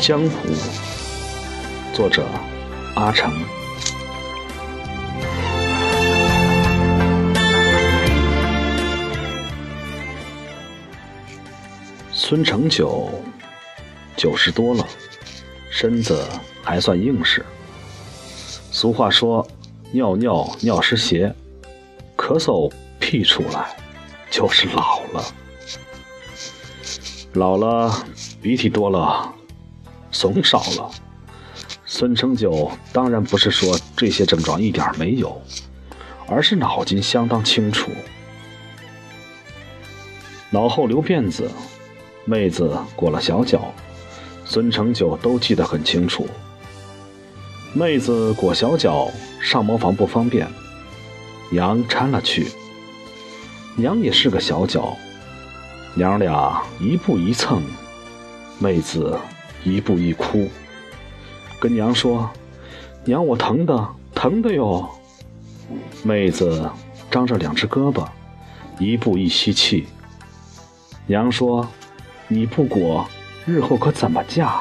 江湖，作者阿成。孙成九90多了，身子还算硬实。俗话说，尿尿尿湿鞋，咳嗽屁出来，就是老了。老了，鼻涕多了，怂少了。孙成九当然不是说这些症状一点没有，而是脑筋相当清楚。脑后留辫子，妹子裹了小脚，孙成九都记得很清楚。妹子裹小脚上茅房不方便，娘搀了去。娘也是个小脚，娘俩一步一蹭，妹子一步一哭，跟娘说：“娘，我疼的哟。”妹子张着2只胳膊，一步一吸气。娘说：“你不裹，日后可怎么嫁？”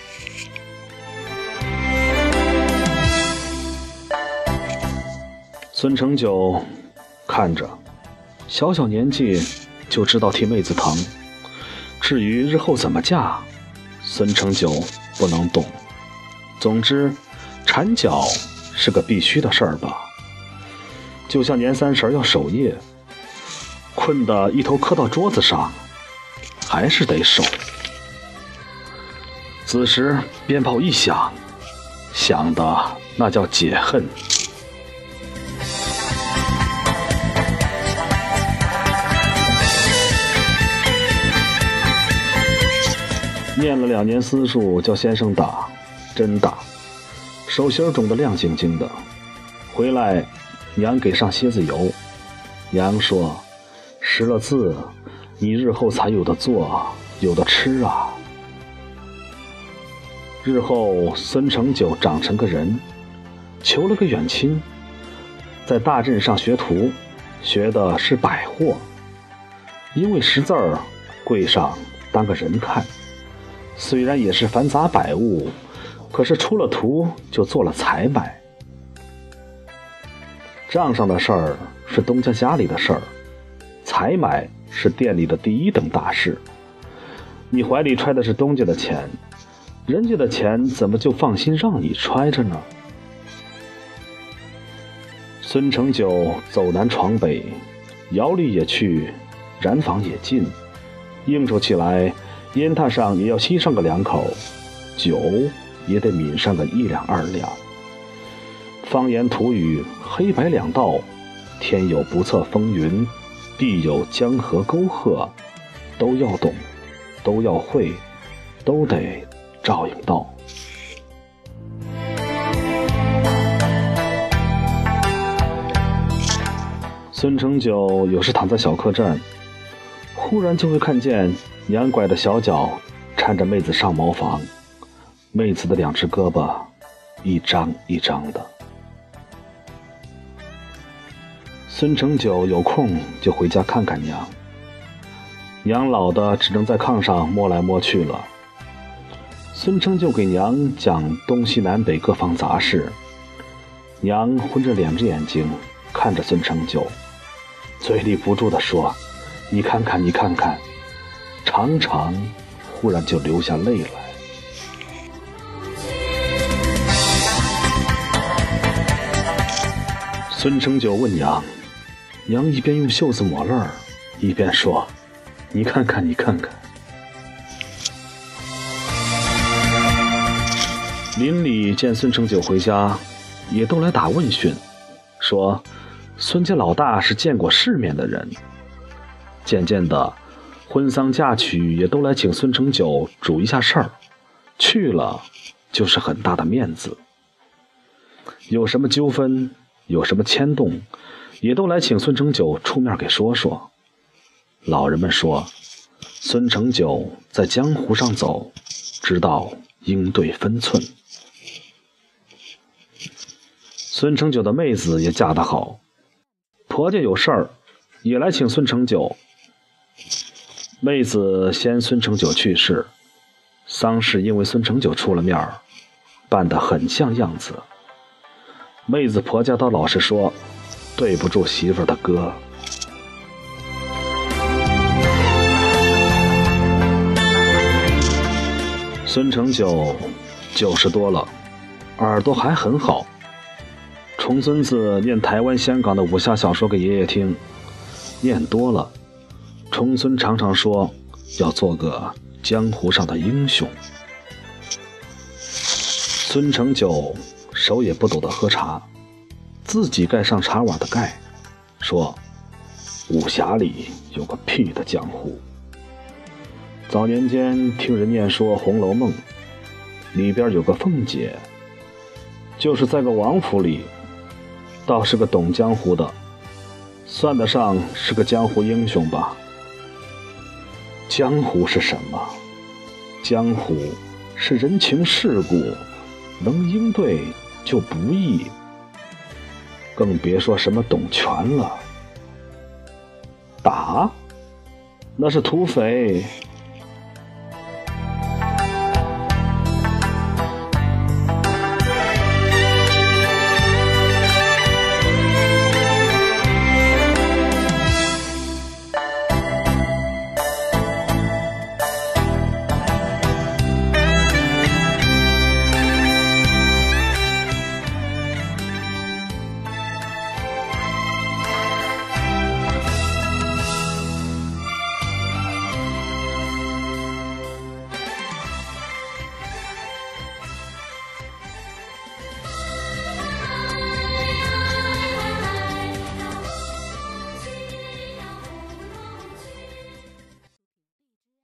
孙成九看着，小小年纪就知道替妹子疼，至于日后怎么嫁，孙成九不能懂。总之，缠脚是个必须的事儿吧。就像年30要守夜，困得一头磕到桌子上，还是得守。此时鞭炮一响，响的那叫解恨。念了2年私塾，叫先生打，真打，手心肿得亮晶晶的。回来，娘给上蝎子油。娘说：“识了字，你日后才有的做，有的吃啊。”日后孙成九长成个人，求了个远亲，在大镇上学徒，学的是百货，因为识字儿，柜上当个人看。虽然也是繁杂百物，可是出了图就做了采买。账上的事儿是东家家里的事儿，采买是店里的第1等大事。你怀里揣的是东家的钱，人家的钱怎么就放心让你揣着呢？孙成九走南闯北，窑里也去，染坊也进，应酬起来，烟榻上也要吸上个2口，酒也得抿上个1两2两。方言土语黑白2道，天有不测风云，地有江河沟壑，都要懂，都要会，都得照应到。孙成九有时躺在小客栈，忽然就会看见娘拐着小脚搀着妹子上茅房，妹子的2只胳膊一张一张的。孙成九有空就回家看看娘，娘老的只能在炕上摸来摸去了。孙成九给娘讲东西南北各方杂事，娘昏着2只眼睛看着孙成九，嘴里不住地说：“你看看，你看看。”常常忽然就流下泪来。孙成九问娘，娘一边用袖子抹泪儿，一边说：“你看看，你看看。”邻里见孙成九回家，也都来打问讯，说孙家老大是见过世面的人。渐渐的，婚丧嫁娶也都来请孙成九主一下事儿，去了就是很大的面子。有什么纠纷，有什么牵动，也都来请孙成九出面给说说。老人们说，孙成九在江湖上走，知道应对分寸。孙成九的妹子也嫁得好，婆家有事儿也来请孙成九。妹子嫌孙成九去世， 丧事因为孙成九出了面儿，办得很像样子。妹子婆家都老是说对不住媳妇儿的哥。孙成九90多了，耳朵还很好。重孙子念台湾香港的武侠小说给爷爷听，念多了，重孙常常说要做个江湖上的英雄。孙成九手也不抖地喝茶，自己盖上茶碗的盖，说武侠里有个屁的江湖。早年间听人念说《红楼梦》里边有个凤姐，就是在个王府里，倒是个懂江湖的，算得上是个江湖英雄吧。江湖是什么？江湖是人情世故，能应对就不易，更别说什么懂拳了。打？那是土匪